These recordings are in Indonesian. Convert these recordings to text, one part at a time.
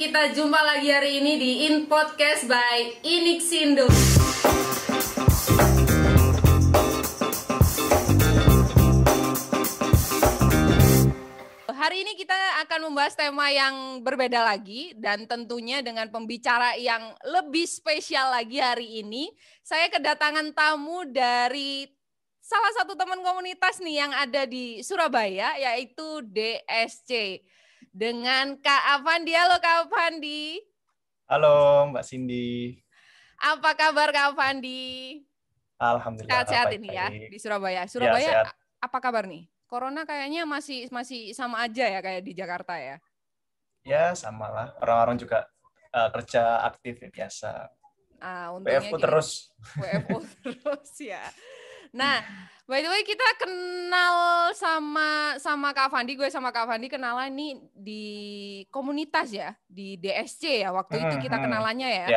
kita jumpa lagi hari ini di In Podcast by Inixindo. Hari ini kita akan membahas tema yang berbeda lagi dan tentunya dengan pembicara yang lebih spesial lagi hari ini. Saya kedatangan tamu dari salah satu teman komunitas nih yang ada di Surabaya, yaitu DSC. Dengan Kak Avandi. Halo Kak Avandi. Halo Mbak Cindy. Apa kabar Kak Avandi? Alhamdulillah Sehat-sehat baik-baik. ini ya di Surabaya. Ya, Surabaya sehat. apa kabar nih? Corona kayaknya masih sama aja ya kayak di Jakarta ya. Ya sama lah. Orang-orang juga kerja aktif ya, biasa. Untungnya WFO terus. WFO terus ya. Nah, by the way kita kenal sama Kak Avandi. Gue sama Kak Avandi kenalan nih di komunitas ya, di DSC ya. Waktu itu kita kenalannya ya.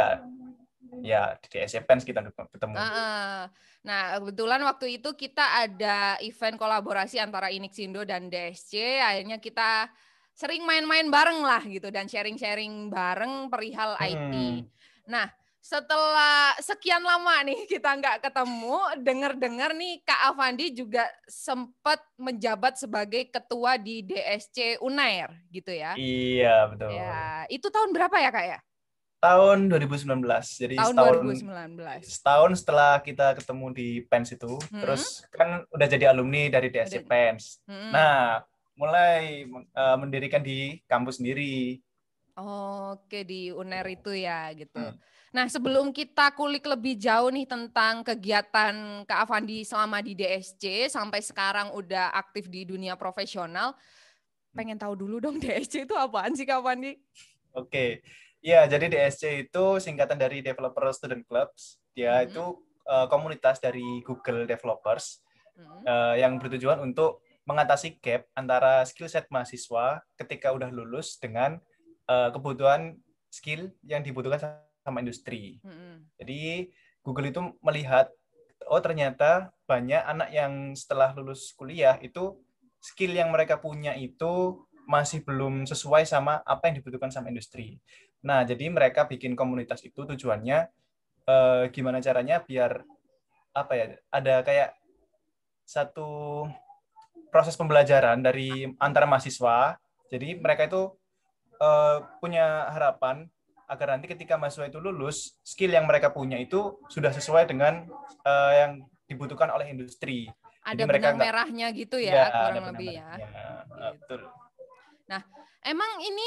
Ya di DSC Pens kita ketemu. Nah, kebetulan waktu itu kita ada event kolaborasi antara Inixindo dan DSC. Akhirnya kita sering main-main bareng lah gitu dan sharing-sharing bareng perihal IT. Nah, setelah sekian lama nih kita nggak ketemu, dengar-dengar nih Kak Avandi juga sempat menjabat sebagai ketua di DSC Unair gitu ya. Iya, betul. Ya, itu tahun berapa ya Kak ya? Tahun 2019. Jadi tahun setahun setelah kita ketemu di Pens itu, terus kan udah jadi alumni dari DSC Pens. Nah, mulai mendirikan di kampus sendiri. Oke, di UNER itu ya gitu. Nah, sebelum kita kulik lebih jauh nih tentang kegiatan Kak Avandi selama di DSC sampai sekarang udah aktif di dunia profesional, pengen tahu dulu dong DSC itu apaan sih Kak Avandi? Oke. Ya, jadi DSC itu singkatan dari Developer Student Clubs. Dia itu komunitas dari Google Developers yang bertujuan untuk mengatasi gap antara skill set mahasiswa ketika udah lulus dengan kebutuhan skill yang dibutuhkan sama industri. Jadi Google itu melihat, oh ternyata banyak anak yang setelah lulus kuliah itu skill yang mereka punya itu masih belum sesuai sama apa yang dibutuhkan sama industri. Nah, jadi mereka bikin komunitas itu tujuannya gimana caranya biar apa ya, ada kayak satu proses pembelajaran dari antara mahasiswa. Jadi mereka itu punya harapan agar nanti ketika mahasiswa itu lulus, skill yang mereka punya itu sudah sesuai dengan yang dibutuhkan oleh industri. Ada jadi mereka benang merahnya gitu ya, kurang lebih ya. Betul. Nah, emang ini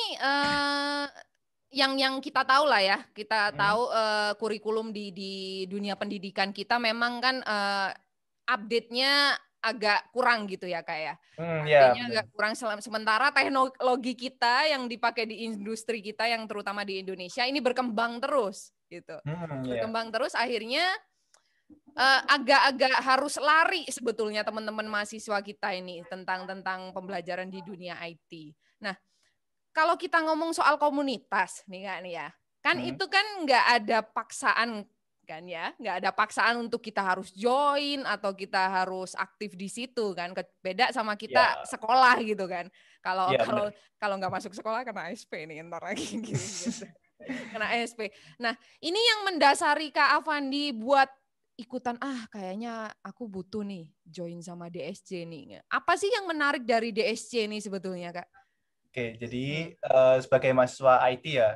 yang kita tahu lah ya, kita tahu kurikulum di dunia pendidikan kita memang kan update-nya agak kurang gitu ya Kak ya. Artinya agak kurang, sementara teknologi kita yang dipakai di industri kita yang terutama di Indonesia ini berkembang terus gitu. Berkembang terus akhirnya agak-agak harus lari sebetulnya teman-teman mahasiswa kita ini tentang pembelajaran di dunia IT. Nah, kalau kita ngomong soal komunitas nih Kak nih ya, kan itu kan nggak ada paksaan kan ya, nggak ada paksaan untuk kita harus join atau kita harus aktif di situ kan, beda sama kita sekolah gitu kan. Kalau nggak masuk sekolah kena ASP nih ntar lagi gitu. Kena ASP. Nah, ini yang mendasari Kak Avandi buat ikutan, kayaknya aku butuh nih join sama DSC nih. Apa sih yang menarik dari DSC nih sebetulnya Kak? Oke, jadi sebagai mahasiswa IT ya,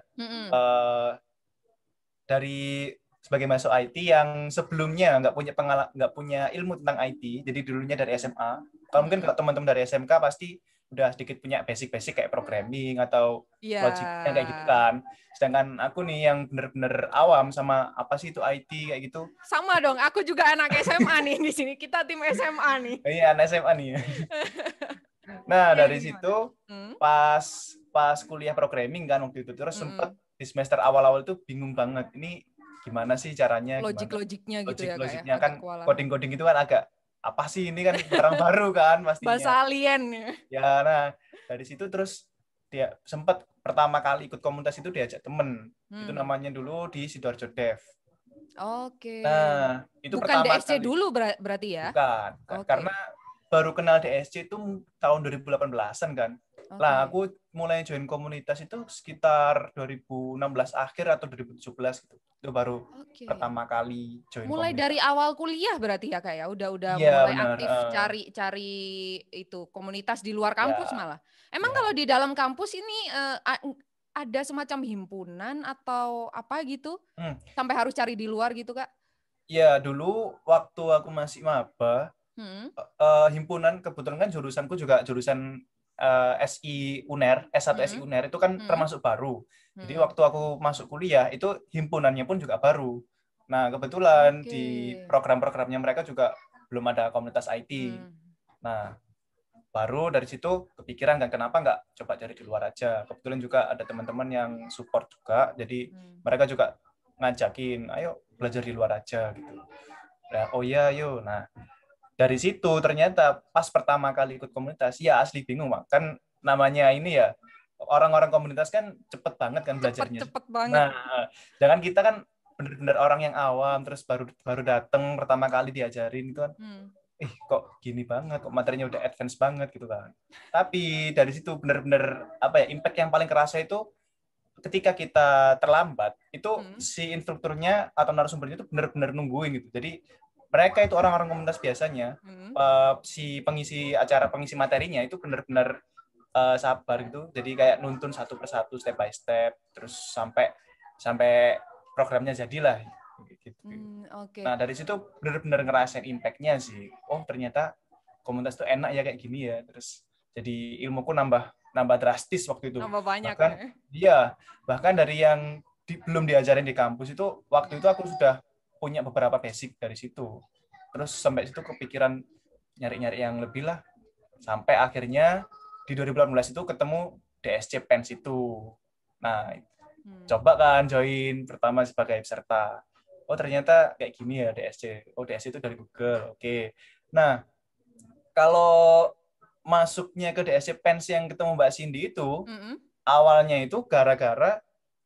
dari sebagai mahasiswa IT yang sebelumnya nggak punya ilmu tentang IT, jadi dulunya dari SMA. Kalau mungkin kalau teman-teman dari SMK pasti udah sedikit punya basic-basic kayak programming atau logiknya kayak gitu kan. Sedangkan aku nih yang bener-bener awam sama apa sih itu IT kayak gitu. Sama dong, aku juga anak SMA nih di sini. Kita tim SMA nih. Iya, anak SMA nih. Nah, dari situ pas kuliah programming kan waktu itu, terus sempet di semester awal-awal itu bingung banget. Ini gimana sih caranya? Logik-logiknya gitu ya, logik-logiknya kayak kan coding-coding itu kan agak apa sih ini kan barang baru kan pastinya. Bahasa alien. Ya, nah dari situ terus dia sempat pertama kali ikut komunitas itu diajak temen. Itu namanya dulu di Sidoarjo Dev. Oke. Nah, itu bukan pertama DSC kali. dulu berarti ya? Bukan. Okay. Karena baru kenal DSC itu tahun 2018-an kan. Lah, aku mulai join komunitas itu sekitar 2016 akhir atau 2017 gitu. Itu baru pertama kali join mulai komunitas. dari awal kuliah berarti ya Kak ya? Udah Iya, mulai benar. aktif cari itu komunitas di luar kampus Ya, malah. Emang ya. kalau di dalam kampus ini ada semacam himpunan atau apa gitu? Sampai harus cari di luar gitu Kak? Ya, dulu waktu aku masih maba, himpunan, kebetulan kan jurusanku juga jurusan SI UNER, S1 SI UNER itu kan termasuk baru. Jadi waktu aku masuk kuliah itu himpunannya pun juga baru. Nah, kebetulan di program-programnya mereka juga belum ada komunitas IT. Nah, baru dari situ kepikiran kan kenapa nggak coba cari di luar aja. Kebetulan juga ada teman-teman yang support juga, jadi mereka juga ngajakin, ayo belajar di luar aja gitu. Nah, oh iya, yuk. Nah, dari situ ternyata pas pertama kali ikut komunitas, ya asli bingung, Mak. Kan namanya ini ya, orang-orang komunitas kan cepet banget kan belajarnya. Cepet banget. Nah, jangan kita kan benar-benar orang yang awam, terus baru datang pertama kali diajarin itu kan, kok gini banget, kok materinya udah advance banget gitu kan. Tapi dari situ benar-benar apa ya, impact yang paling kerasa itu ketika kita terlambat, itu si instrukturnya atau narasumbernya itu benar-benar nungguin gitu. Jadi mereka itu orang-orang komunitas biasanya, si pengisi acara, pengisi materinya itu benar-benar sabar gitu. Jadi kayak nuntun satu persatu, step by step, terus sampai programnya jadilah gitu. Nah, dari situ benar-benar ngerasain impact-nya sih. Oh, ternyata komunitas itu enak ya kayak gini ya. Terus jadi ilmuku nambah drastis waktu itu. Nambah banyak. Bahkan dari yang belum diajarin di kampus itu, waktu itu aku sudah punya beberapa basic dari situ. Terus sampai situ kepikiran nyari-nyari yang lebih lah. Sampai akhirnya di 2018 itu ketemu DSC PENS itu. Nah, coba kan join pertama sebagai peserta. Oh, ternyata kayak gini ya DSC. Oh, DSC itu dari Google. Oke. Nah, kalau masuknya ke DSC PENS yang ketemu Mbak Cindy itu, awalnya itu gara-gara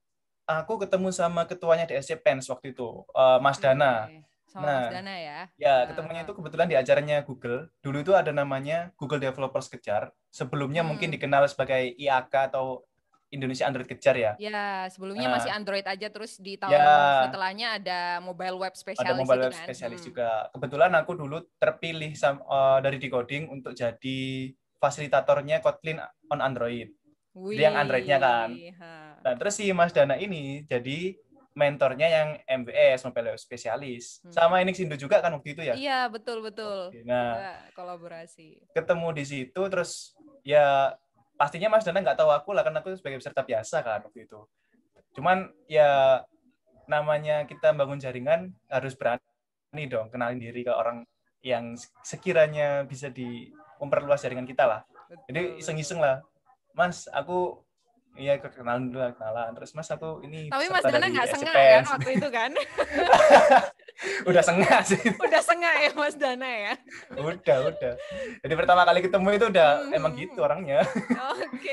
aku ketemu sama ketuanya DSC PENS waktu itu, Mas Dana. Sama Mas Dana ya? Ya, ketemunya itu kebetulan di acaranya Google. Dulu itu ada namanya Google Developers Kejar. Sebelumnya mungkin dikenal sebagai IAK atau Indonesia Android Kejar ya. Ya, sebelumnya masih Android aja, terus di tahun setelahnya ada mobile web spesialis ada mobile itu web kan. spesialis juga. Kebetulan aku dulu terpilih dari Decoding untuk jadi fasilitatornya Kotlin on Android. Dia yang Androidnya kan. Nah, terus si Mas Dana ini jadi mentornya yang MWS, mobile web spesialis. Sama ini Xindo juga kan waktu itu ya? Iya, betul. Nah, kita kolaborasi. Ketemu di situ, terus ya pastinya Mas Dana nggak tahu aku lah, kan aku sebagai peserta biasa kan waktu itu. Cuman ya namanya kita bangun jaringan harus berani dong kenalin diri ke orang yang sekiranya bisa memperluas jaringan kita lah. Jadi iseng-iseng lah, Mas, aku kenalan dulu, kenalan. Terus Mas, aku ini tapi Mas Dana nggak sengak kan waktu itu kan? Udah sengak sih. Udah sengak ya Mas Dana ya? Udah. Jadi pertama kali ketemu itu udah emang gitu orangnya. Oke.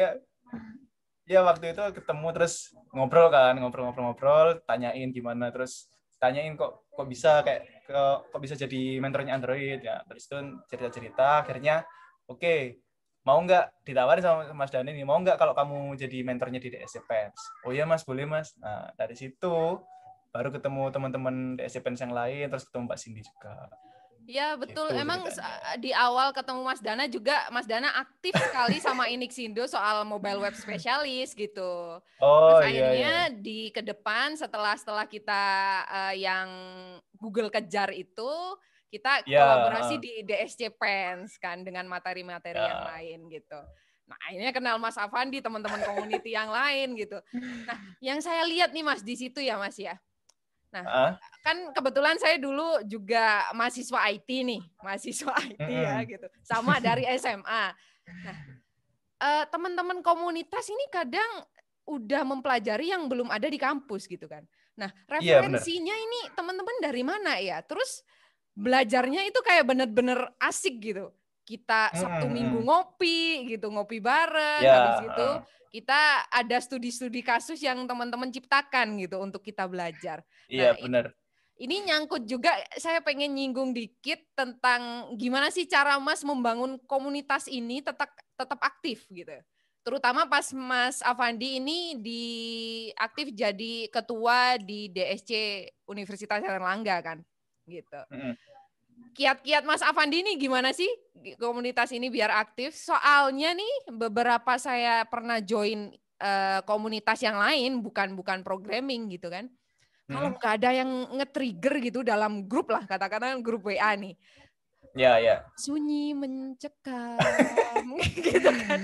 Dia waktu itu ketemu terus ngobrol, tanyain gimana, terus tanyain kok bisa kok bisa jadi mentornya Android ya. Terus itu cerita-cerita, akhirnya oke, mau nggak ditawarin sama Mas Dani nih, mau nggak kalau kamu jadi mentornya di DSC PENS? Oh iya Mas, boleh Mas. Nah, dari situ baru ketemu teman-teman DSC PENS yang lain, terus ketemu Mbak Cindy juga. Ya betul, gitu emang ceritanya. di awal ketemu Mas Dana juga, Mas Dana aktif sekali sama Inixindo soal mobile web spesialis gitu. Terus akhirnya di ke depan setelah kita yang Google Kejar itu, kita kolaborasi di DSC PENS kan dengan materi-materi yang lain gitu. Nah, akhirnya kenal Mas Afandi, teman-teman community yang lain gitu. Nah, yang saya lihat nih Mas di situ ya Mas ya. Nah, kan kebetulan saya dulu juga mahasiswa IT nih, ya gitu. Sama dari SMA. Nah, teman-teman komunitas ini kadang udah mempelajari yang belum ada di kampus gitu kan. Nah, referensinya ini teman-teman dari mana ya? Terus belajarnya itu kayak bener-bener asik gitu. Kita Sabtu Minggu ngopi gitu, ngopi bareng, habis itu kita ada studi-studi kasus yang teman-teman ciptakan gitu untuk kita belajar. Iya, benar. ini nyangkut juga, saya pengen nyinggung dikit tentang gimana sih cara Mas membangun komunitas ini tetap aktif gitu. Terutama pas Mas Afandi ini aktif jadi ketua di DSC Universitas Airlangga kan, gitu. Kiat-kiat Mas Afandi ini gimana sih komunitas ini biar aktif? Soalnya nih beberapa saya pernah join komunitas yang lain, bukan programming gitu kan. Kalau nggak ada yang nge-trigger gitu dalam grup lah, katakanlah grup WA nih. Ya. Sunyi mencekam, gitu kan.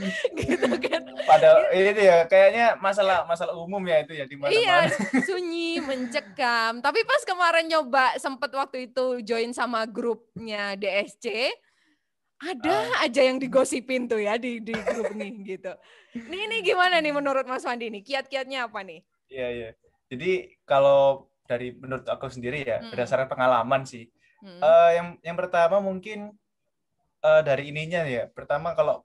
Pada itu ya, kayaknya masalah umum ya itu ya di mana-mana. Iya, sunyi mencekam. Tapi pas kemarin nyoba sempet waktu itu join sama grupnya DSC, ada aja yang digosipin tuh ya di grup nih gitu. Ini gimana nih menurut Mas Wandi nih? Kiat-kiatnya apa nih? Iya. Jadi kalau menurut aku sendiri ya, berdasarkan pengalaman sih. Yang pertama mungkin dari ininya ya. Pertama kalau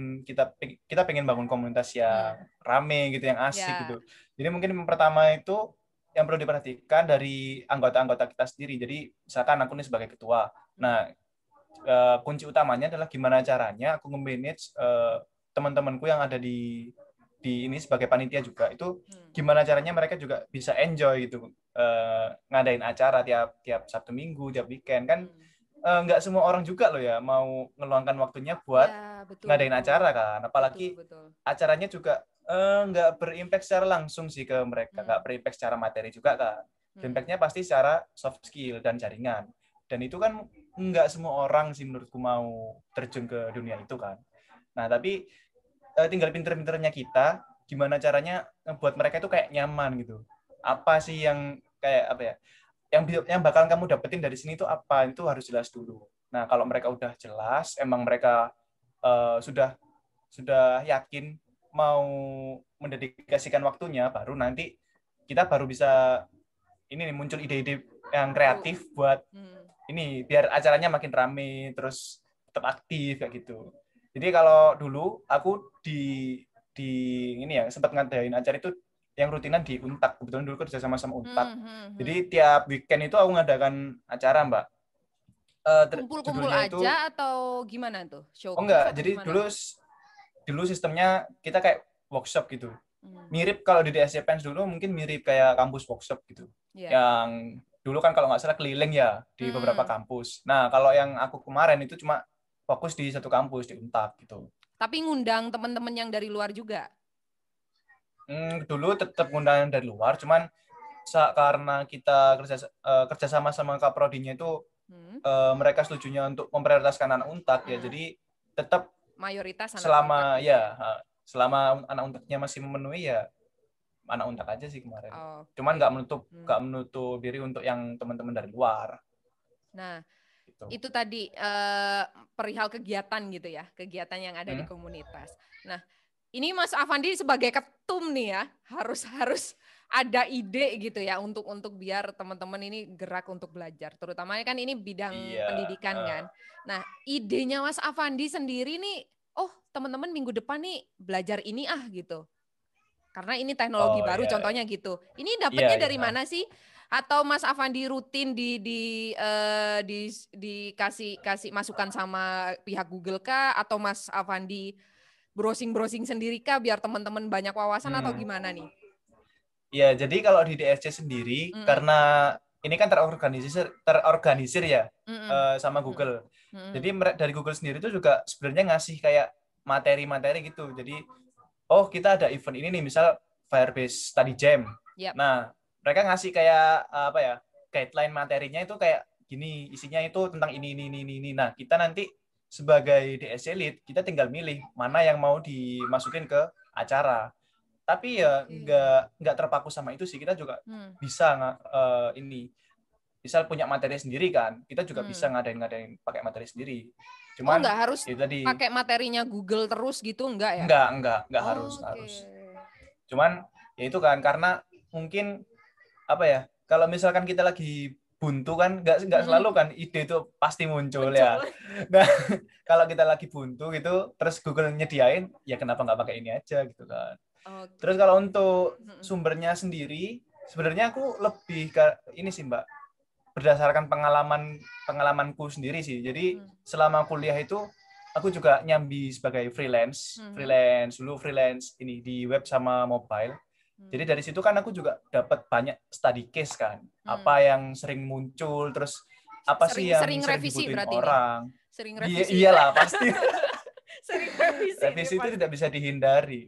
kita pengen bangun komunitas yang rame gitu, yang asik gitu. Jadi mungkin yang pertama itu yang perlu diperhatikan dari anggota-anggota kita sendiri. Jadi misalkan aku nih sebagai ketua. Nah, kunci utamanya adalah gimana caranya aku nge-manage teman-temanku yang ada di ini sebagai panitia juga, itu gimana caranya mereka juga bisa enjoy gitu, ngadain acara tiap Sabtu Minggu, tiap weekend kan. Nggak semua orang juga loh ya mau ngeluangkan waktunya buat ngadain acara kan, apalagi acaranya juga nggak berimpact secara langsung sih ke mereka, nggak berimpact secara materi juga kan. Impactnya pasti secara soft skill dan jaringan, dan itu kan nggak semua orang sih menurutku mau terjun ke dunia itu kan. Nah tapi tinggal pinter-pinternya kita gimana caranya buat mereka itu kayak nyaman gitu. Apa sih yang kayak apa ya, yang bakal kamu dapetin dari sini itu apa, itu harus jelas dulu. Nah kalau mereka udah jelas, emang mereka sudah yakin mau mendedikasikan waktunya, baru nanti kita baru bisa ini nih, muncul ide-ide yang kreatif buat ini biar acaranya makin rame terus tetap aktif kayak gitu. Jadi kalau dulu aku di ini ya sempat ngadain acara itu yang rutinan di Untak, kebetulan dulu kerja sama Untak. Jadi tiap weekend itu aku ngadakan acara, Mbak. Kumpul-kumpul aja atau gimana tuh? Showcase enggak, atau jadi gimana? dulu sistemnya kita kayak workshop gitu. Mirip kalau di DSC Pens dulu mungkin mirip kayak kampus workshop gitu. Yang dulu kan kalau nggak salah keliling ya di beberapa kampus. Nah kalau yang aku kemarin itu cuma fokus di satu kampus di Untak gitu. Tapi ngundang teman-teman yang dari luar juga? Dulu tetap ngundang dari luar, cuman karena kita kerja sama Kaprodinya itu mereka setujunya untuk memprioritaskan anak Untak ya, jadi tetap mayoritas anak selama Untak, ya selama anak Untaknya masih memenuhi ya anak Untak aja sih kemarin. Cuman nggak menutup diri untuk yang teman-teman dari luar. Nah, gitu. Itu tadi perihal kegiatan gitu ya, kegiatan yang ada di komunitas. Nah, ini Mas Afandi sebagai ketum nih ya, harus ada ide gitu ya untuk biar teman-teman ini gerak untuk belajar. Terutama kan ini bidang pendidikan kan. Nah, idenya Mas Afandi sendiri nih, oh teman-teman minggu depan nih belajar ini gitu. Karena ini teknologi baru contohnya gitu. Ini dapatnya dari mana sih? Atau Mas Afandi rutin dikasih masukan sama pihak Google kah? Atau Mas Afandi browsing sendiri kah biar teman-teman banyak wawasan atau gimana nih? Ya, jadi kalau di DSC sendiri karena ini kan terorganisir ya sama Google. Jadi dari Google sendiri itu juga sebenarnya ngasih kayak materi-materi gitu. Jadi oh kita ada event ini nih, misal Firebase Study Jam. Nah, mereka ngasih kayak apa ya, guideline materinya itu kayak gini, isinya itu tentang ini. Nah, kita nanti sebagai DSC lead, kita tinggal milih mana yang mau dimasukin ke acara. Tapi ya nggak terpaku sama itu sih, kita juga bisa misal punya materi sendiri kan, kita juga bisa ngadain pakai materi sendiri. Cuman nggak harus pakai materinya Google terus gitu, enggak ya? Enggak harus. Cuman ya itu kan karena mungkin apa ya, kalau misalkan kita lagi buntu kan nggak selalu kan ide itu pasti muncul ya. Nah kalau kita lagi buntu gitu terus Google nyediain, ya kenapa nggak pakai ini aja gitu kan. Terus kalau untuk sumbernya sendiri sebenarnya aku lebih ke ini sih Mbak, berdasarkan pengalamanku sendiri sih. Jadi selama kuliah itu aku juga nyambi sebagai freelance ini di web sama mobile. Jadi dari situ kan aku juga dapat banyak study case kan. Apa yang sering muncul, terus apa sih yang sering sering revisi dibutuhin berarti orang. Sering revisi. Iyalah pasti. Sering revisi. Revisi itu tidak bisa dihindari.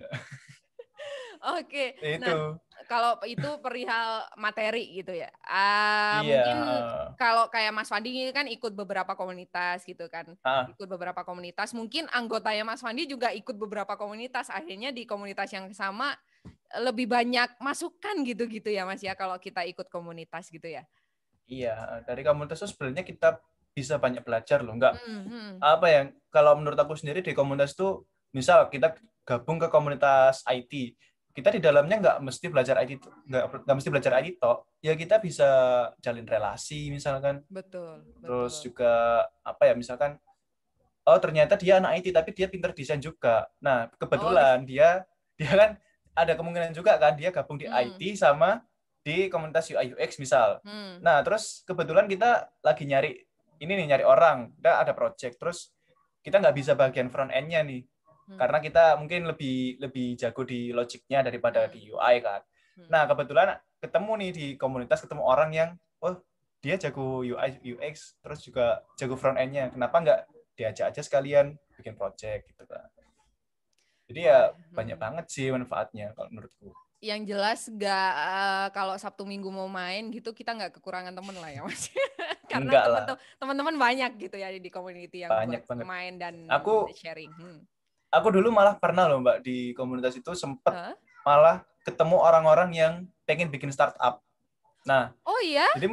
Oke. Itu. Nah, kalau itu perihal materi gitu ya. Iya. Mungkin kalau kayak Mas Fandi kan ikut beberapa komunitas gitu kan. Ikut beberapa komunitas. Mungkin anggotanya Mas Fandi juga ikut beberapa komunitas. Akhirnya di komunitas yang sama lebih banyak masukan gitu-gitu ya Mas ya kalau kita ikut komunitas gitu ya. Iya, dari komunitas itu sebenarnya kita bisa banyak belajar loh. Enggak apa ya, kalau menurut aku sendiri di komunitas itu misal kita gabung ke komunitas IT, kita di dalamnya nggak mesti belajar IT, nggak mesti belajar IT toh, ya kita bisa jalin relasi misalkan. Betul. Terus juga apa ya, misalkan oh ternyata dia anak IT tapi dia pinter desain juga. Nah kebetulan dia kan ada kemungkinan juga kan dia gabung di IT sama di komunitas UI UX misal. Nah terus kebetulan kita lagi nyari orang, kita ada project, terus kita nggak bisa bagian front end-nya nih, karena kita mungkin lebih jago di logiknya daripada di UI kan. Nah kebetulan ketemu nih di komunitas, ketemu orang yang dia jago UI UX, terus juga jago front end-nya, kenapa nggak diajak aja sekalian bikin project gitu kan. Jadi ya banyak banget sih manfaatnya kalau menurutku. Yang jelas kalau Sabtu Minggu mau main gitu kita nggak kekurangan temen lah ya Mas. Karena teman-teman banyak gitu ya di community yang banyak buat main dan sharing. Aku dulu malah pernah loh Mbak di komunitas itu sempet malah ketemu orang-orang yang pengen bikin startup. Nah, jadi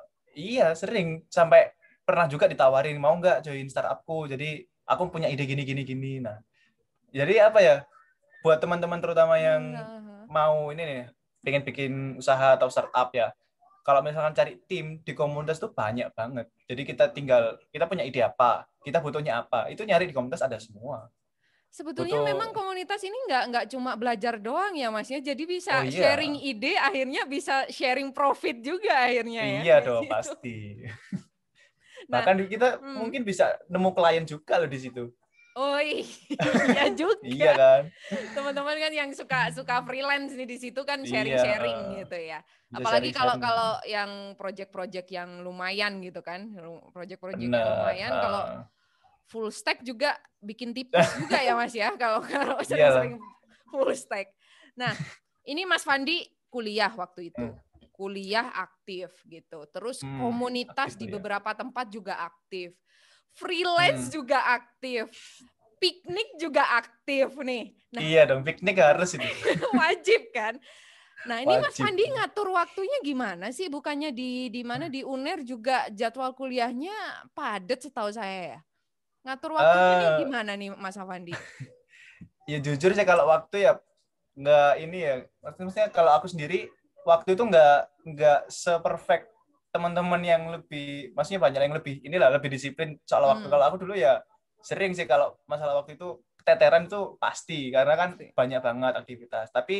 iya sering sampai pernah juga ditawarin mau nggak join startupku. Jadi aku punya ide gini. Nah, jadi apa ya? Buat teman-teman terutama yang mau ini nih, pengen bikin usaha atau startup ya. Kalau misalkan cari tim di komunitas tuh banyak banget. Jadi kita punya ide apa, kita butuhnya apa, itu nyari di komunitas ada semua. Sebetulnya memang komunitas ini nggak cuma belajar doang ya Mas ya. Jadi bisa sharing ide, akhirnya bisa sharing profit juga akhirnya ya. Iya dong, pasti. Bahkan kita mungkin bisa nemu klien juga loh di situ. Oh iya juga. Iya kan. Teman-teman kan yang suka freelance nih di situ kan sharing-sharing gitu ya. Apalagi kalau yang project-project yang lumayan gitu kan. Project-project yang lumayan kalau full stack juga bikin tipes juga ya Mas ya kalau sering-sering full stack. Nah, ini Mas Fandi kuliah waktu itu. Kuliah aktif gitu. Terus komunitas di beberapa tempat juga aktif. Freelance juga aktif. Piknik juga aktif nih. Nah, iya dong, piknik harus itu. Wajib kan? Nah, ini Mas Fandi ngatur waktunya gimana sih? Bukannya di mana di UNER juga jadwal kuliahnya padat setahu saya ya. Ngatur waktunya nih gimana nih Mas Fandi? Ya jujur sih kalau waktu ya nggak ini ya. Maksudnya kalau aku sendiri waktu itu nggak seperfect teman-teman yang maksudnya banyak yang lebih disiplin soal waktu. Kalau aku dulu ya sering sih kalau masalah waktu itu keteteran itu pasti karena kan banyak banget aktivitas. Tapi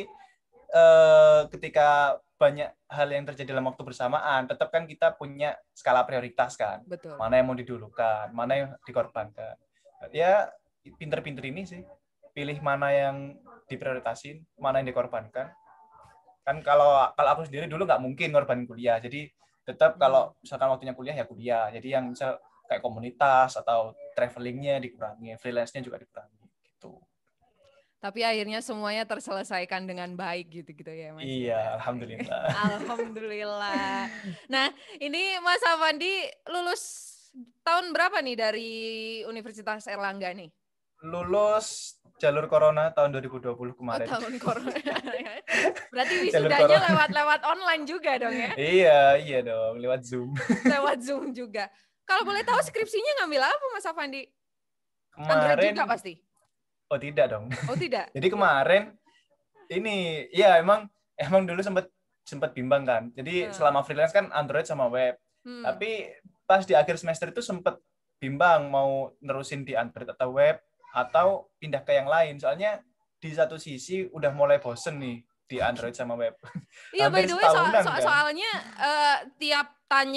ketika banyak hal yang terjadi dalam waktu bersamaan, tetap kan kita punya skala prioritas kan. Betul. Mana yang mau didulukan, mana yang dikorbankan. Ya pinter-pinter ini sih, pilih mana yang diprioritasin, mana yang dikorbankan. Kan kalau aku sendiri dulu nggak mungkin ngorbanin kuliah, jadi tetap kalau misalkan waktunya kuliah ya kuliah. Jadi yang misal kayak komunitas atau travelingnya dikurangi, freelance-nya juga dikurangi gitu. Tapi akhirnya semuanya terselesaikan dengan baik gitu ya Mas. Iya, alhamdulillah. Alhamdulillah. Nah, ini Mas Afandi lulus tahun berapa nih dari Universitas Erlangga nih? Lulus jalur corona tahun 2020 kemarin. Oh, tahun corona. Berarti wisudanya lewat online juga dong ya? Iya dong, lewat Zoom. Lewat Zoom juga. Kalau boleh tahu skripsinya ngambil apa Mas Afandi? Kemarin Android juga pasti? Oh tidak dong. Oh tidak. Jadi kemarin ini ya emang dulu sempat bimbang kan. Jadi selama freelance kan Android sama web. Tapi pas di akhir semester itu sempat bimbang mau nerusin di Android atau web atau pindah ke yang lain. Soalnya di satu sisi udah mulai bosen nih di Android sama web. Iya by the way soalnya tiap tanya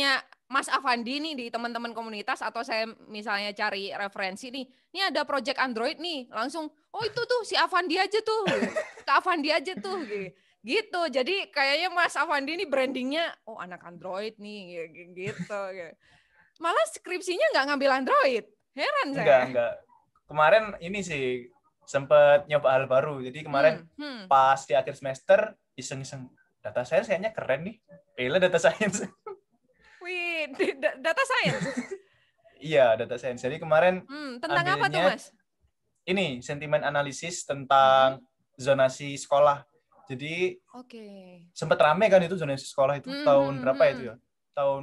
Mas Afandi nih di teman-teman komunitas atau saya misalnya cari referensi nih, ini ada project Android nih, langsung oh itu tuh si Afandi aja tuh, Kak Afandi aja tuh gitu. Jadi kayaknya Mas Afandi ini brandingnya oh anak Android nih gitu. Malah skripsinya nggak ngambil Android, heran saya. Enggak. Kemarin ini sih sempet nyoba hal baru. Jadi kemarin pas di akhir semester iseng-iseng data science kayaknya keren nih. Pilih data science. Wih, data science. Iya, data science. Jadi kemarin tentang apa tuh, ambilnya Mas? ini sentimen analisis tentang zonasi sekolah. Jadi sempat rame kan itu zonasi sekolah itu tahun berapa itu ya? Tahun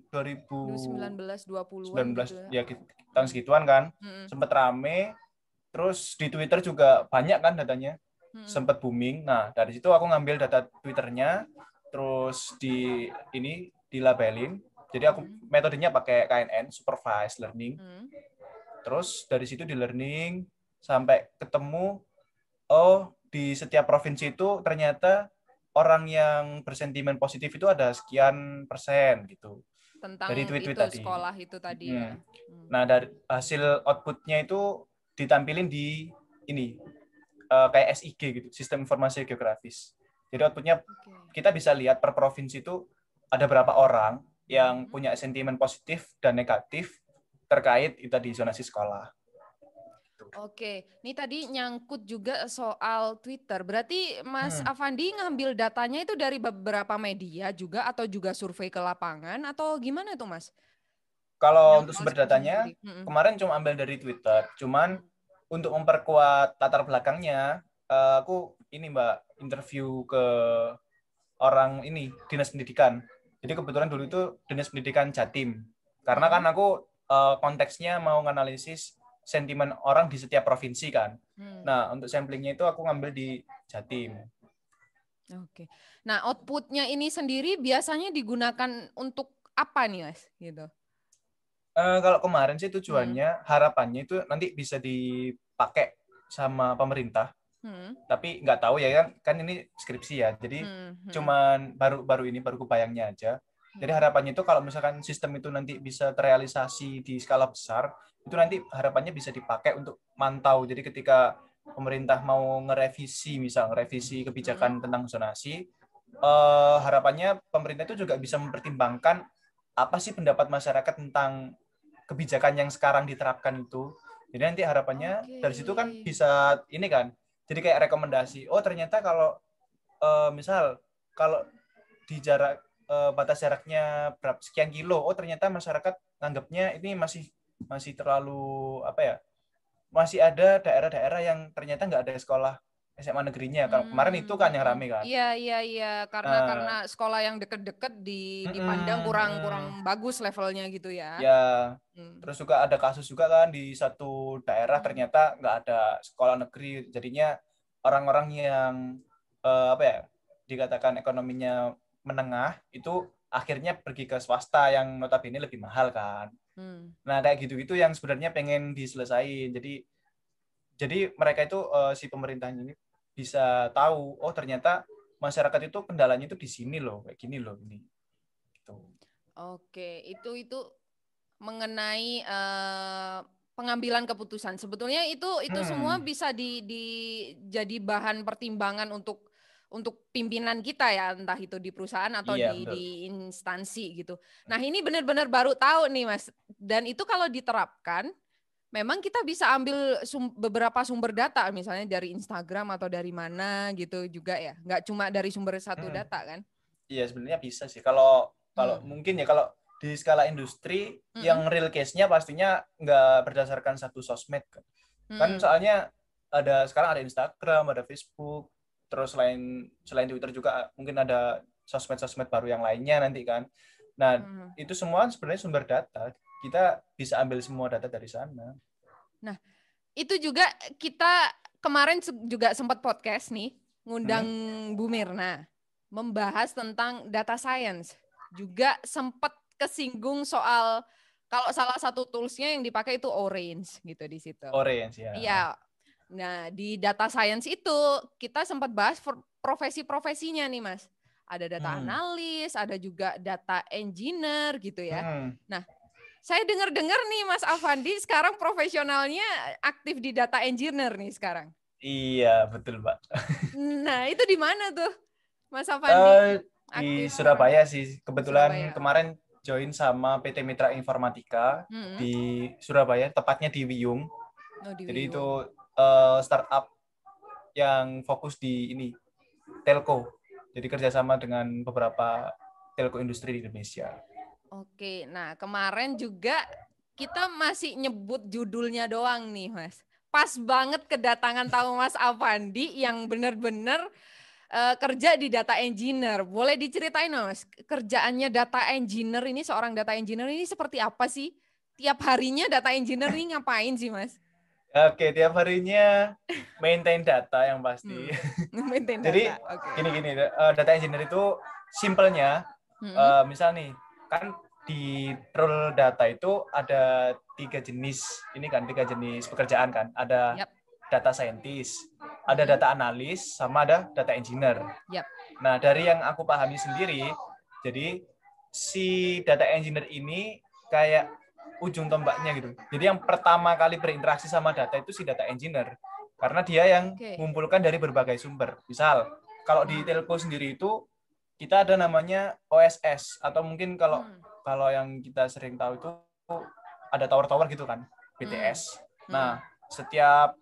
2019 20-an gitu ya tahun segituan kan. Sempat rame. Terus di Twitter juga banyak kan datanya. Sempat booming. Nah, dari situ aku ngambil data Twitternya terus dilabelin. Jadi aku metodenya pakai KNN, supervised learning. Terus dari situ di learning sampai ketemu di setiap provinsi itu ternyata orang yang bersentimen positif itu ada sekian persen gitu. Tentang dari tweet-tweet itu tadi. Sekolah itu tadi ya. Nah, dari hasil outputnya itu ditampilin di ini kayak SIG gitu, sistem informasi geografis. Jadi outputnya kita bisa lihat per provinsi itu ada berapa orang yang punya sentimen positif dan negatif terkait itu di zonasi sekolah. Oke, ini tadi nyangkut juga soal Twitter. Berarti Mas Afandi ngambil datanya itu dari beberapa media juga atau juga survei ke lapangan atau gimana tuh, Mas? Kalau untuk sumber datanya, kemarin cuma ambil dari Twitter. Cuman untuk memperkuat latar belakangnya, aku ini Mbak, interview ke orang ini, Dinas Pendidikan. Jadi kebetulan dulu itu Dinas Pendidikan Jatim. Karena kan aku konteksnya mau nganalisis sentimen orang di setiap provinsi kan. Nah, untuk samplingnya itu aku ngambil di Jatim. Oke. Nah, outputnya ini sendiri biasanya digunakan untuk apa nih, Mas? Gitu. Kalau kemarin sih tujuannya, harapannya itu nanti bisa dipakai sama pemerintah. Tapi nggak tahu ya kan ini skripsi ya. Jadi cuman baru kebayangnya aja. Jadi harapannya itu kalau misalkan sistem itu nanti bisa terrealisasi di skala besar, itu nanti harapannya bisa dipakai untuk mantau. Jadi ketika pemerintah mau ngerevisi kebijakan tentang zonasi, harapannya pemerintah itu juga bisa mempertimbangkan apa sih pendapat masyarakat tentang kebijakan yang sekarang diterapkan itu. Jadi nanti harapannya dari situ kan bisa ini kan, jadi kayak rekomendasi. Oh ternyata kalau misal kalau di jarak batas jaraknya berapa sekian kilo, oh ternyata masyarakat nganggapnya ini masih terlalu apa ya? Masih ada daerah-daerah yang ternyata nggak ada sekolah SMA negerinya. Kemarin itu kan yang rame kan. Iya. Karena sekolah yang deket-deket dipandang kurang bagus levelnya gitu ya. Ya. Terus juga ada kasus juga kan di satu daerah ternyata nggak ada sekolah negeri. Jadinya orang-orang yang apa ya dikatakan ekonominya menengah itu akhirnya pergi ke swasta yang notabene lebih mahal kan. Nah kayak gitu-gitu yang sebenarnya pengen diselesain. Jadi mereka itu si pemerintahnya ini bisa tahu oh ternyata masyarakat itu kendalanya itu di sini loh kayak gini loh ini. Gitu. Oke, itu mengenai pengambilan keputusan. Sebetulnya itu semua bisa jadi bahan pertimbangan untuk pimpinan kita ya, entah itu di perusahaan atau di instansi gitu. Nah, ini benar-benar baru tahu nih, Mas. Dan itu kalau diterapkan memang kita bisa ambil beberapa sumber data, misalnya dari Instagram atau dari mana gitu juga ya. Nggak cuma dari sumber satu data kan? Iya, sebenarnya bisa sih. Kalau mungkin ya kalau di skala industri yang real case-nya pastinya nggak berdasarkan satu sosmed kan. Kan soalnya sekarang ada Instagram, ada Facebook, terus selain Twitter juga mungkin ada sosmed-sosmed baru yang lainnya nanti kan. Nah, itu semua sebenarnya sumber data. Kita bisa ambil semua data dari sana. Nah, itu juga kita kemarin juga sempat podcast nih, ngundang Bu Mirna, membahas tentang data science. Juga sempat kesinggung soal kalau salah satu toolsnya yang dipakai itu Orange gitu di situ. Orange ya. Iya. Nah, di data science itu kita sempat bahas profesi-profesinya nih, Mas. ada data analis, ada juga data engineer gitu ya. Nah, saya dengar-dengar nih Mas Afandi sekarang profesionalnya aktif di data engineer nih sekarang. Iya, betul, Mbak. Nah, itu di mana tuh Mas Afandi Di aktif sekarang? Surabaya sih. Kebetulan Surabaya. kemarin join sama PT Mitra Informatika di Surabaya, tepatnya di Wiyung. Oh, di Jadi Wiyung. itu startup yang fokus di ini telco. Jadi kerjasama dengan beberapa telco industri di Indonesia. Oke, nah kemarin juga kita masih nyebut judulnya doang nih Mas. Pas banget kedatangan tamu Mas Afandi yang benar-benar kerja di data engineer. Boleh diceritain Mas, kerjaannya data engineer ini, seorang data engineer ini seperti apa sih? Tiap harinya data engineer ini ngapain sih Mas? Oke, tiap harinya maintain data yang pasti. Maintain Jadi data, oke. gini, data engineer itu simpelnya, misal nih, kan di role data itu ada tiga jenis, tiga jenis pekerjaan kan. Ada data scientist, ada data analis, sama ada data engineer. Nah, dari yang aku pahami sendiri, jadi si data engineer ini kayak ujung tombaknya gitu. Jadi yang pertama kali berinteraksi sama data itu si data engineer. Karena dia yang mengumpulkan dari berbagai sumber. Misal, kalau di telco sendiri itu kita ada namanya OSS atau mungkin kalau yang kita sering tahu itu ada tower-tower gitu kan, BTS. Nah, setiap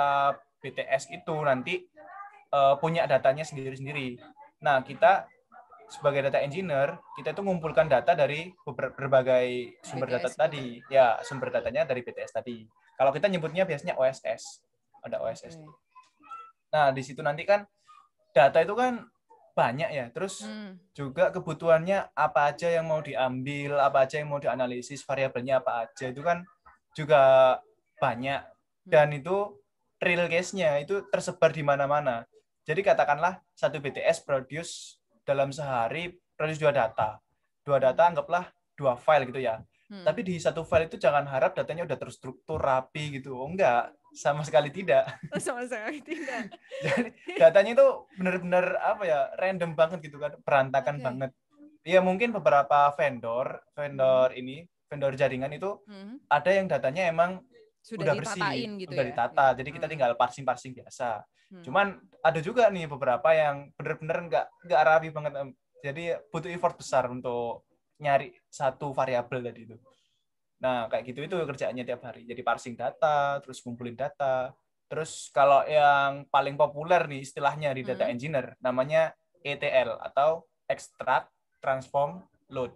BTS itu nanti punya datanya sendiri-sendiri. Nah, kita sebagai data engineer, kita itu mengumpulkan data dari berbagai sumber data tadi. Ya, sumber datanya dari BTS tadi. Kalau kita nyebutnya biasanya OSS. Ada OSS. Nah, di situ nanti kan data itu kan banyak ya. Terus juga kebutuhannya apa aja yang mau diambil, apa aja yang mau dianalisis, variabelnya apa aja. Itu kan juga banyak. Dan itu real case-nya itu tersebar di mana-mana. Jadi katakanlah satu BTS produce dalam sehari produce 2 data. 2 data anggaplah 2 file gitu ya. Tapi di satu file itu jangan harap datanya udah terstruktur, rapi gitu. Oh, enggak, sama sekali tidak. Sama sekali tidak. Jadi datanya itu benar-benar apa ya, random banget gitu kan, berantakan banget. Ya mungkin beberapa vendor jaringan itu ada yang datanya emang udah bersih, gitu udah ya? ditata. Jadi kita tinggal parsing-parsing biasa. Cuman ada juga nih beberapa yang benar-benar nggak rapi banget. Jadi butuh effort besar untuk nyari satu variabel tadi itu. Nah, kayak gitu itu kerjaannya tiap hari. Jadi parsing data, terus kumpulin data. Terus kalau yang paling populer nih istilahnya di data engineer namanya ETL atau extract, transform, load.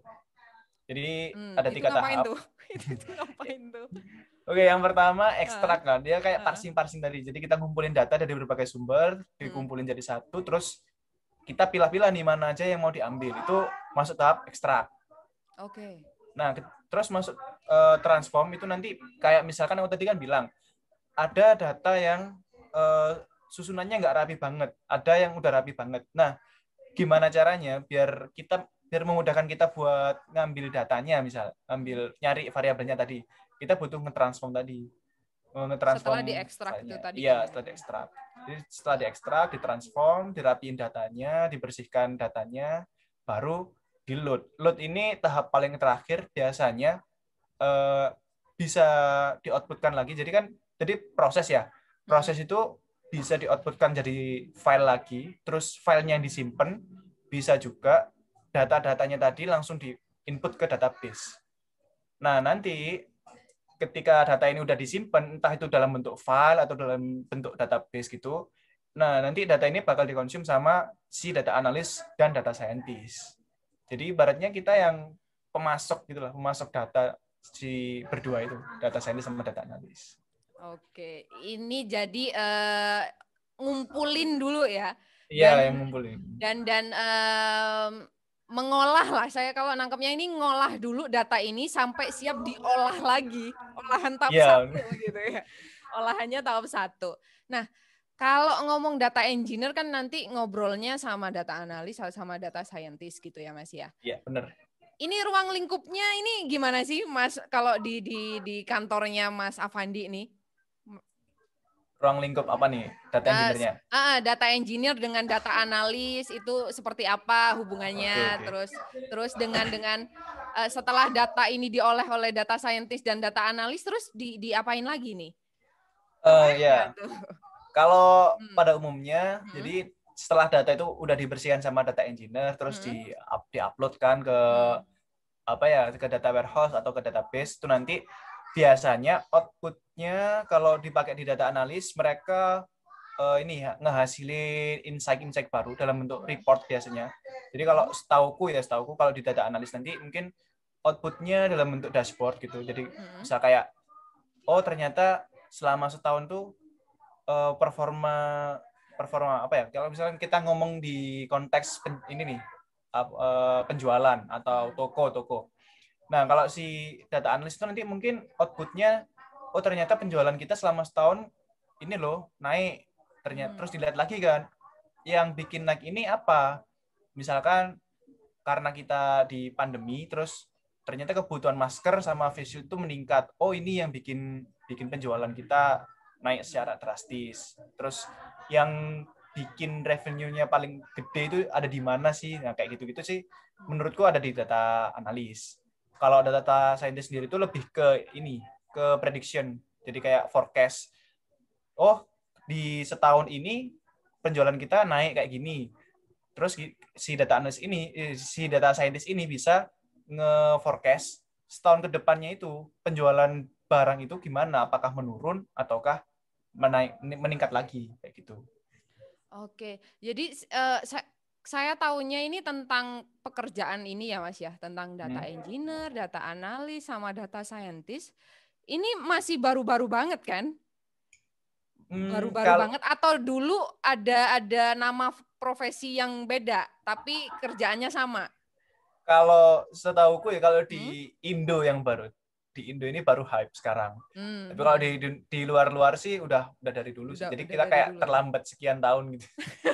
Jadi ada 3 tahap. Itu ngapain tuh? Oke, yang pertama ekstrak kan. Dia kayak parsing-parsing tadi. Jadi kita ngumpulin data dari berbagai sumber, dikumpulin jadi satu, terus kita pilah-pilah nih mana aja yang mau diambil. Itu masuk tahap ekstrak. Oke. Nah, terus masuk transform itu nanti kayak misalkan aku tadi kan bilang ada data yang susunannya nggak rapi banget, ada yang udah rapi banget. Nah, gimana caranya biar memudahkan kita buat ngambil datanya, misal ngambil nyari variabelnya tadi, kita butuh ngetransform tadi, Setelah diekstrak itu tadi iya, kan? setelah diekstrak. Jadi setelah diekstrak, ditransform, dirapiin datanya, dibersihkan datanya, baru di load. Load ini tahap paling terakhir biasanya bisa di-outputkan lagi. Jadi kan proses ya. Proses itu bisa di-outputkan jadi file lagi, terus filenya yang disimpan, bisa juga data-datanya tadi langsung di-input ke database. Nah, nanti ketika data ini udah disimpan, entah itu dalam bentuk file atau dalam bentuk database gitu, nah nanti data ini bakal dikonsum sama si data analis dan data scientist. Jadi ibaratnya kita yang pemasok gitulah, pemasok data si berdua itu, data scientist sama data analis. Oke, ini jadi ngumpulin dulu ya. Iya, yang ngumpulin. Dan mengolah lah. Saya kalau nangkepnya ini ngolah dulu data ini sampai siap diolah lagi. Olahan tahap 1 gitu ya. Olahannya tahap 1. Nah, kalau ngomong data engineer kan nanti ngobrolnya sama data analis sama data scientist gitu ya Mas ya. Iya, benar. Ini ruang lingkupnya ini gimana sih Mas kalau di kantornya Mas Afandi ini? ruang lingkup apa nih data engineer-nya? Data engineer dengan data analis itu seperti apa hubungannya? Oke. Terus dengan setelah data ini diolah oleh data scientist dan data analis, terus diapain lagi nih? Keren nggak Ya. tuh? Kalau pada umumnya, jadi setelah data itu udah dibersihkan sama data engineer, terus di-upload kan ke apa ya, ke data warehouse atau ke database, itu nanti biasanya outputnya kalau dipakai di data analis, mereka ini ya, ngehasilin insight-insight baru dalam bentuk report biasanya. Jadi kalau setauku kalau di data analis nanti mungkin outputnya dalam bentuk dashboard gitu. Jadi bisa kayak, oh ternyata selama setahun tuh performa apa ya? Kalau misalnya kita ngomong di konteks ini nih penjualan atau toko. Nah kalau si data analis itu nanti mungkin outputnya, oh ternyata penjualan kita selama setahun ini loh naik. Ternyata terus dilihat lagi kan, yang bikin naik ini apa? Misalkan karena kita di pandemi, terus ternyata kebutuhan masker sama face shield itu meningkat. Oh ini yang bikin penjualan kita naik secara drastis. Terus yang bikin revenue-nya paling gede itu ada di mana sih? Nah kayak gitu-gitu sih menurutku ada di data analis. Kalau data scientist sendiri itu lebih ke ini, ke prediction. Jadi kayak forecast. Oh, di setahun ini penjualan kita naik kayak gini. Terus si data analis ini, si data scientist ini bisa nge-forecast setahun ke depannya itu penjualan barang itu gimana, apakah menurun ataukah meningkat lagi kayak gitu. Oke, jadi saya tahunya ini tentang pekerjaan ini ya Mas ya, tentang data engineer, data analis, sama data scientist. Ini masih baru-baru banget kan? Baru-baru banget atau dulu ada nama profesi yang beda, tapi kerjaannya sama? Kalau setauku ya kalau di Indo yang baru, di Indo ini baru hype sekarang. Tapi kalau di luar-luar sih udah dari dulu sih. Jadi kita kayak dulu, terlambat sekian tahun gitu.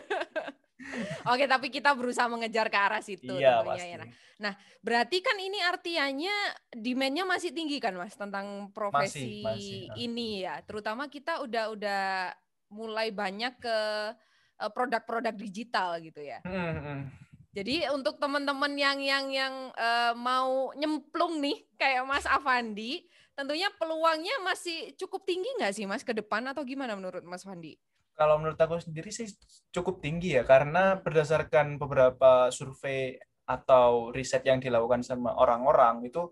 Oke, tapi kita berusaha mengejar ke arah situ Iya, tentunya pasti. ya. Nah, berarti kan ini artinya demand-nya masih tinggi kan Mas tentang profesi Masih. ini ya. Terutama kita udah mulai banyak ke produk-produk digital gitu ya. Jadi untuk teman-teman yang mau nyemplung nih kayak Mas Afandi, tentunya peluangnya masih cukup tinggi nggak sih Mas ke depan atau gimana menurut Mas Fandi? Kalau menurut aku sendiri sih cukup tinggi ya, karena berdasarkan beberapa survei atau riset yang dilakukan sama orang-orang itu,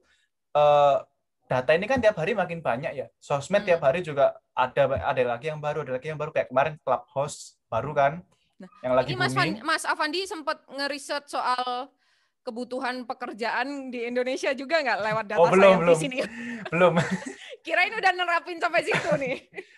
data ini kan tiap hari makin banyak ya. Sosmed tiap hari juga ada lagi yang baru, kayak kemarin Clubhouse baru kan, Nah, yang lagi ini booming. Mas Afandi sempat ngeriset soal kebutuhan pekerjaan di Indonesia juga nggak lewat Oh data belum scientist ini? belum Kirain udah nerapin sampai situ nih.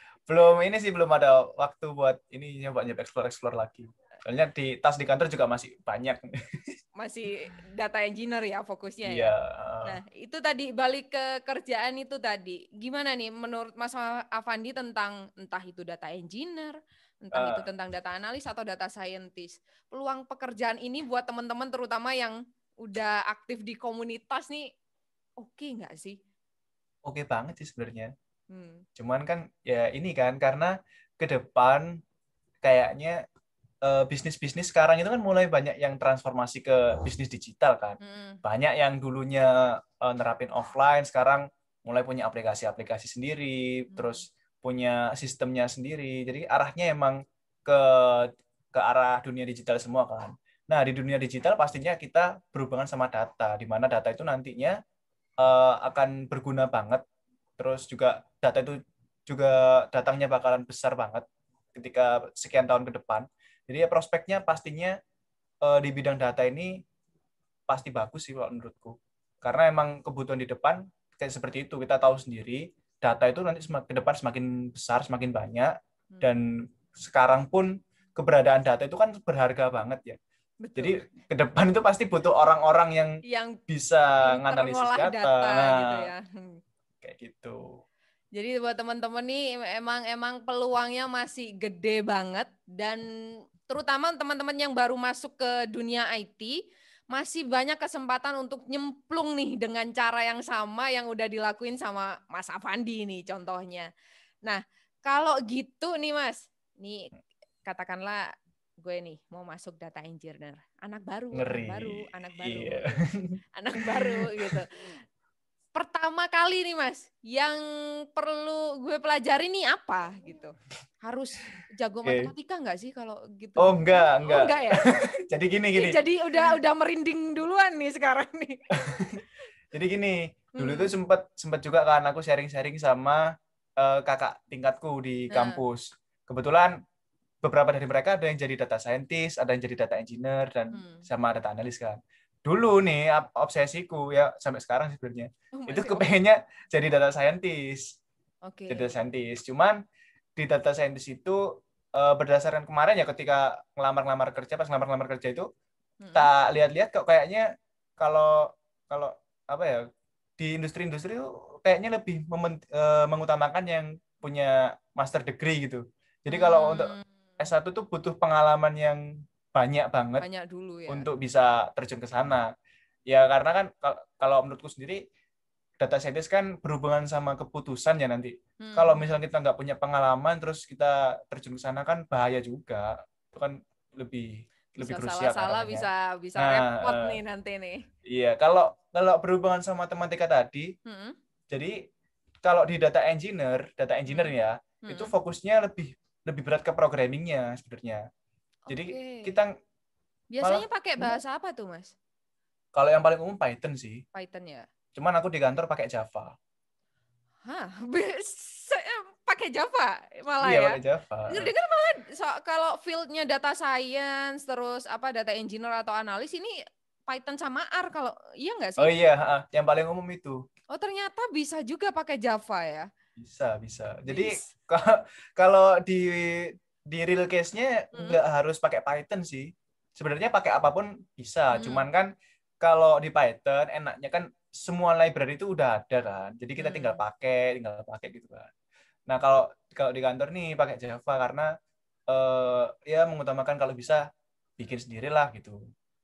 belum ada waktu buat ini nyoba explore lagi. Soalnya di tas di kantor juga masih banyak. Masih data engineer ya fokusnya Iya. ya. Nah, itu tadi balik ke kerjaan itu tadi. Gimana nih menurut Mas Afandi tentang entah itu data engineer, entah itu tentang data analis atau data scientist. Peluang pekerjaan ini buat teman-teman terutama yang udah aktif di komunitas nih, oke nggak sih? Oke banget sih sebenarnya. Cuman kan ya ini kan karena ke depan kayaknya bisnis-bisnis sekarang itu kan mulai banyak yang transformasi ke bisnis digital kan. Banyak yang dulunya nerapin offline, sekarang mulai punya aplikasi-aplikasi sendiri, terus punya sistemnya sendiri. Jadi arahnya emang ke arah dunia digital semua kan. Nah, di dunia digital pastinya kita berhubungan sama data, di mana data itu nantinya akan berguna banget. Terus juga data itu juga datangnya bakalan besar banget ketika sekian tahun ke depan. Jadi ya prospeknya pastinya di bidang data ini pasti bagus sih kalau menurutku. Karena emang kebutuhan di depan kayak seperti itu. Kita tahu sendiri data itu nanti ke depan semakin besar, semakin banyak. Dan sekarang pun keberadaan data itu kan berharga banget ya. Betul. Jadi ke depan itu pasti butuh orang-orang yang bisa nganalisis data. Gitu ya. Kayak gitu. Jadi buat teman-teman nih emang peluangnya masih gede banget dan terutama teman-teman yang baru masuk ke dunia IT masih banyak kesempatan untuk nyemplung nih dengan cara yang sama yang udah dilakuin sama Mas Afandi nih contohnya. Nah, Kalau gitu nih Mas, nih katakanlah gue nih mau masuk data engineer, anak baru Ngeri. Iya. gitu. Anak baru gitu. Pertama kali nih Mas, yang perlu gue pelajari nih apa gitu? Harus jago Oke. matematika nggak sih kalau gitu? Oh, enggak, Oh enggak. enggak ya? Jadi gini. Ih, jadi udah merinding duluan nih sekarang nih. Jadi gini, dulu itu Hmm. sempat juga kan aku sharing-sharing sama kakak tingkatku di Nah, kampus. Kebetulan beberapa dari mereka ada yang jadi data scientist, ada yang jadi data engineer, dan hmm. sama data analis kan. Dulu nih obsesiku ya sampai sekarang sebenarnya Oh, itu masih kepengennya jadi data scientist. Jadi data Oke. scientist. Cuman di data scientist itu berdasarkan kemarin ya ketika ngelamar-ngelamar kerja, pas ngelamar-ngelamar kerja itu Hmm. tak lihat-lihat kok kayaknya kalau kalau apa ya di industri-industri itu kayaknya lebih mengutamakan yang punya master degree gitu. Jadi kalau untuk Hmm. S1 tuh butuh pengalaman yang banyak banget Banyak dulu ya. untuk bisa terjun ke sana. Ya karena kan kalau menurutku sendiri data scientist kan berhubungan sama keputusan ya nanti. Kalau Hmm. misalnya kita nggak punya pengalaman terus kita terjun ke sana kan bahaya juga. Itu kan lebih lebih Bisa krusial kan salah-salah, arahnya. bisa Nah, repot nih nanti nih. iya kalau kalau berhubungan sama matematika tadi, Hmm. jadi kalau di data engineer Hmm. ya, itu Hmm. fokusnya lebih lebih berat ke programmingnya sebenarnya. Jadi Oke. kita Biasanya malah pakai bahasa apa tuh, Mas? kalau yang paling umum Python sih. Python ya? Cuman aku di kantor pakai Java. Hah, pakai Java malah Iya, ya? pakai Java. Dengar malah kalau fieldnya data science, terus apa data engineer atau analis ini Python sama R kalau iya nggak Oh sih? iya, yang paling umum itu. Oh ternyata bisa juga pakai Java ya? Bisa, bisa. Jadi Bis. kalau kalau di real case-nya Hmm. nggak harus pakai Python sih. Sebenarnya pakai apapun bisa. Hmm. Cuman kan kalau di Python enaknya kan semua library itu udah ada kan. Jadi kita Hmm. tinggal pakai gitu kan. Nah, kalau kalau di kantor nih pakai Java karena ya mengutamakan kalau bisa bikin sendiri lah gitu.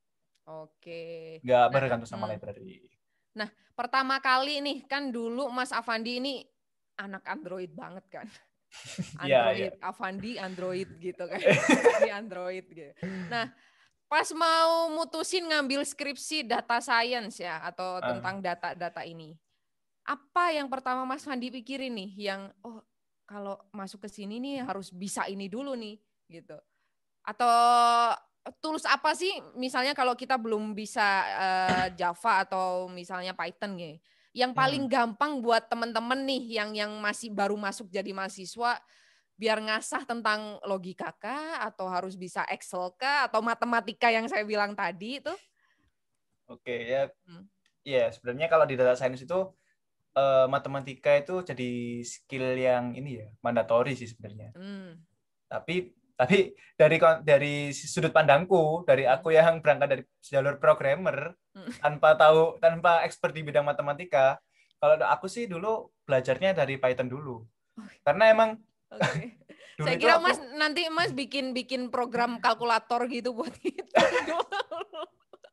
Oke. Nggak Nah, bergantung sama library. nah, pertama kali nih kan dulu Mas Avandi ini anak Android banget kan. Iya, iya. Android, Avandi Android gitu kan. Avandi Android gitu. Nah, pas mau mutusin ngambil skripsi data science ya atau Ah, tentang data-data ini. Apa yang pertama Mas Fandi pikirin nih yang oh kalau masuk ke sini nih harus bisa ini dulu nih gitu. Atau tools apa sih misalnya kalau kita belum bisa Java atau misalnya Python gitu. Yang paling hmm. gampang buat teman-teman nih yang masih baru masuk jadi mahasiswa biar ngasah tentang logika kah atau harus bisa Excel kah atau matematika yang saya bilang tadi itu. Oke, ya. Hmm. Ya, sebenarnya kalau di data science itu matematika itu jadi skill yang ini ya, mandatory sih sebenarnya. Hmm. Tapi dari sudut pandangku, dari Hmm. aku yang berangkat dari jalur programmer Hmm. tanpa expert di bidang matematika, kalau aku sih dulu belajarnya dari Python dulu. Karena emang Oke. dulu Saya itu kira aku Mas nanti Mas bikin bikin program kalkulator gitu buat hitung dulu.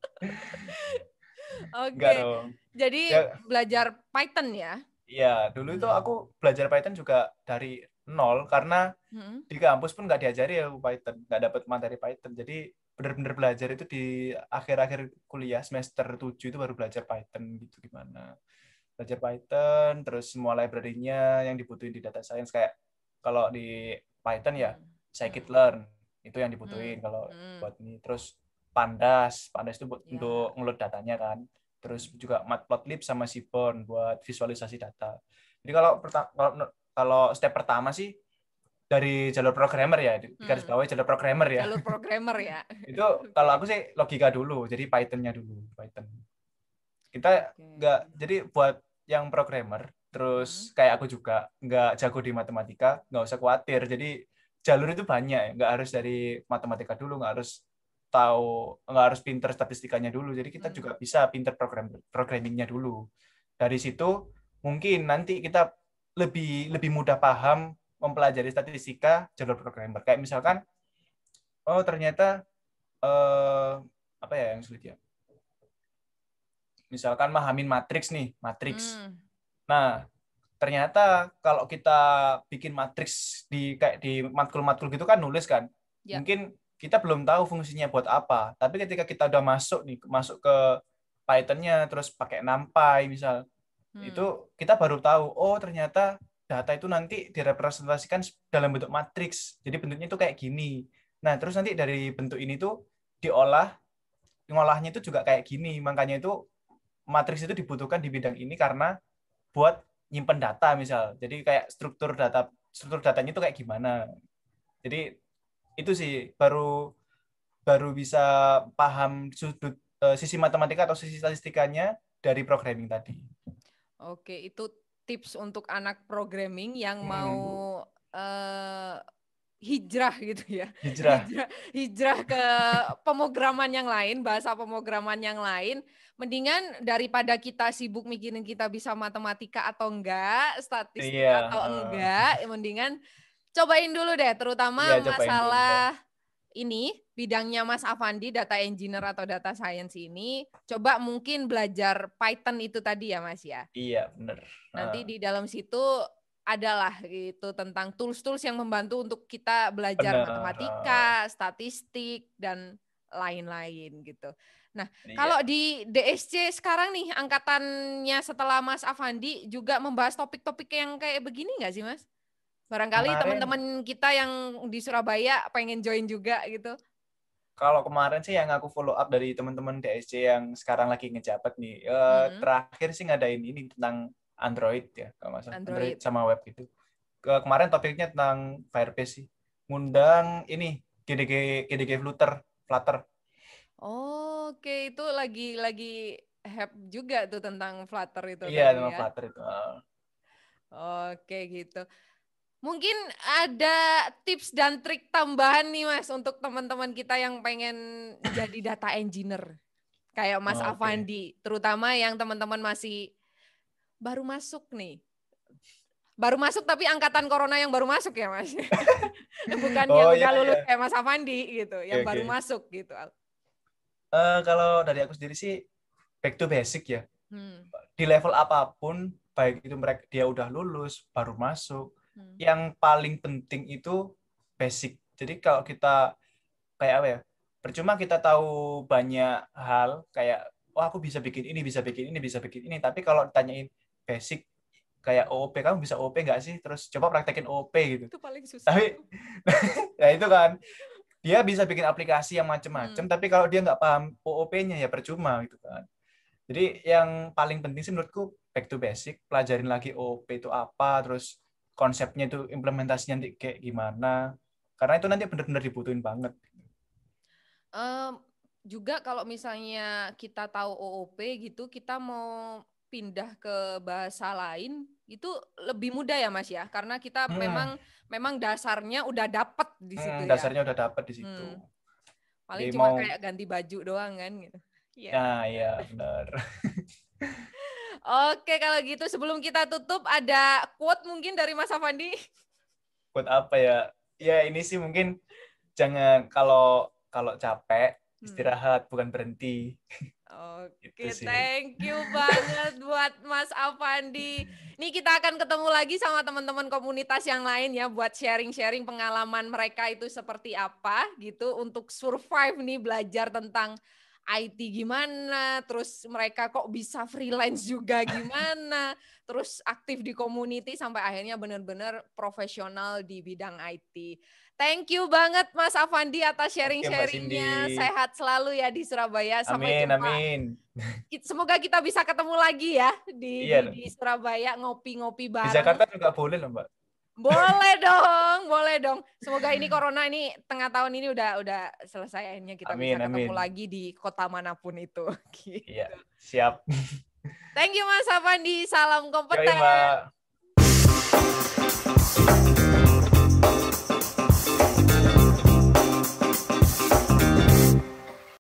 enggak Oke. dong. Jadi Ya, belajar Python ya. ya dulu itu aku belajar Python juga dari nol karena Hmm. di kampus pun nggak diajari ya Python, nggak dapat materi Python. Jadi benar-benar belajar itu di akhir-akhir kuliah semester 7 itu baru belajar Python gitu gimana. Belajar Python, terus semua library-nya yang dibutuhin di data science kayak kalau di Python ya Hmm. Hmm. scikit-learn itu yang Hmm. dibutuhin kalau Hmm. buat ini. Terus Pandas itu untuk Ya. ngeload datanya kan. Terus Hmm. juga Matplotlib sama Seaborn buat visualisasi data. Jadi kalau step pertama sih dari jalur programmer ya, di garis Hmm. bawah jalur programmer ya. Jalur programmer ya. Itu kalau Oke. aku sih logika dulu, jadi Python-nya dulu, Python. Kita Oke. nggak, jadi buat yang programmer, Hmm. terus kayak aku juga nggak jago di matematika, nggak usah khawatir. Jadi jalur itu banyak ya, nggak harus dari matematika dulu, nggak harus pinter statistikanya dulu. Jadi kita Hmm. juga bisa pinter programmingnya dulu. Dari situ mungkin nanti kita lebih lebih mudah paham mempelajari statistika jalur programmer. Kayak misalkan, oh ternyata apa ya yang sulit ya? Misalkan mahamin matriks nih, matriks. Hmm. Nah, ternyata kalau kita bikin matriks kayak di matkul-matkul gitu kan nulis kan. Ya. Mungkin kita belum tahu fungsinya buat apa. Tapi ketika kita udah masuk ke Python-nya terus pakai NumPy misal, itu kita baru tahu oh ternyata data itu nanti direpresentasikan dalam bentuk matriks. Jadi bentuknya itu kayak gini. Nah, terus nanti dari bentuk ini tuh ngolahnya itu juga kayak gini. Makanya itu matriks itu dibutuhkan di bidang ini karena buat nyimpen data misal. Jadi kayak struktur datanya itu kayak gimana. Jadi itu sih baru bisa paham sisi matematika atau sisi statistikanya dari programming tadi. Oke, itu tips untuk anak programming yang mau hijrah gitu ya. Hijrah ke pemrograman yang lain, bahasa pemrograman yang lain. Mendingan daripada kita sibuk mikirin kita bisa matematika atau enggak, statistik atau enggak, mendingan cobain dulu deh, terutama masalah ini bidangnya Mas Afandi, data engineer atau data science ini, coba mungkin belajar Python itu tadi ya Mas ya. Iya, benar. Nanti di dalam situ adalah itu tentang tools-tools yang membantu untuk kita belajar matematika, statistik dan lain-lain gitu. Nah, kalau di DSC sekarang nih angkatannya setelah Mas Afandi juga membahas topik-topik yang kayak begini nggak sih Mas? Barangkali teman-teman kita yang di Surabaya pengen join juga gitu. Kalau kemarin sih yang aku follow up dari teman-teman DSC yang sekarang lagi ngejabat nih, terakhir sih ngadain ini tentang Android ya, kalau nggak salah. Android sama web gitu. Kemarin topiknya tentang Firebase sih. Ngundang ini GDG Flutter. Oh, oke, itu lagi hype juga tuh tentang Flutter itu iya, tadi tentang ya. Flutter itu. Oke, gitu. Mungkin ada tips dan trik tambahan nih Mas untuk teman-teman kita yang pengen jadi data engineer. Kayak Mas Afandi, terutama yang teman-teman masih baru masuk nih. Baru masuk tapi angkatan corona yang baru masuk ya Mas. Bukan yang udah lulus kayak Mas Afandi gitu, yang baru masuk gitu. Kalau dari aku sendiri sih back to basic ya. Di level apapun, baik itu dia udah lulus, baru masuk, yang paling penting itu basic. Jadi kalau kita kayak apa ya, percuma kita tahu banyak hal kayak aku bisa bikin ini, bisa bikin ini, tapi kalau ditanyain basic kayak OOP, kamu bisa OOP nggak sih? Terus coba praktekin OOP gitu. Itu paling susah. Tapi ya itu kan dia bisa bikin aplikasi yang macam-macam, tapi kalau dia nggak paham OOP-nya ya percuma gitu kan. Jadi yang paling penting sih menurutku back to basic, pelajarin lagi OOP itu apa, terus konsepnya itu implementasinya nanti kayak gimana. Karena itu nanti benar-benar dibutuhin banget. Juga kalau misalnya kita tahu OOP gitu, kita mau pindah ke bahasa lain itu lebih mudah ya Mas ya, karena kita memang dasarnya udah dapet di situ ya. Dasarnya udah dapet di situ. Paling cuma kayak ganti baju doang kan gitu. Nah, iya benar. Oke, kalau gitu sebelum kita tutup ada quote mungkin dari Mas Afandi. Quote apa ya? Ya ini sih mungkin jangan kalau capek istirahat bukan berhenti. Oke, thank you banget buat Mas Afandi. Ini kita akan ketemu lagi sama teman-teman komunitas yang lain ya buat sharing-sharing pengalaman mereka itu seperti apa gitu untuk survive nih belajar tentang IT gimana, terus mereka kok bisa freelance juga gimana, terus aktif di community sampai akhirnya benar-benar profesional di bidang IT. Thank you banget Mas Afandi atas sharing-sharingnya. Sehat selalu ya di Surabaya. Sampai jumpa. Amin. Semoga kita bisa ketemu lagi ya di Surabaya ngopi-ngopi bareng. Di Jakarta juga boleh loh Mbak. Boleh dong. Semoga ini corona ini tengah tahun ini udah selesai, akhirnya kita bisa ketemu lagi di kota manapun itu. Gitu. Iya, siap. Thank you Mas Afandi. Salam kompeten.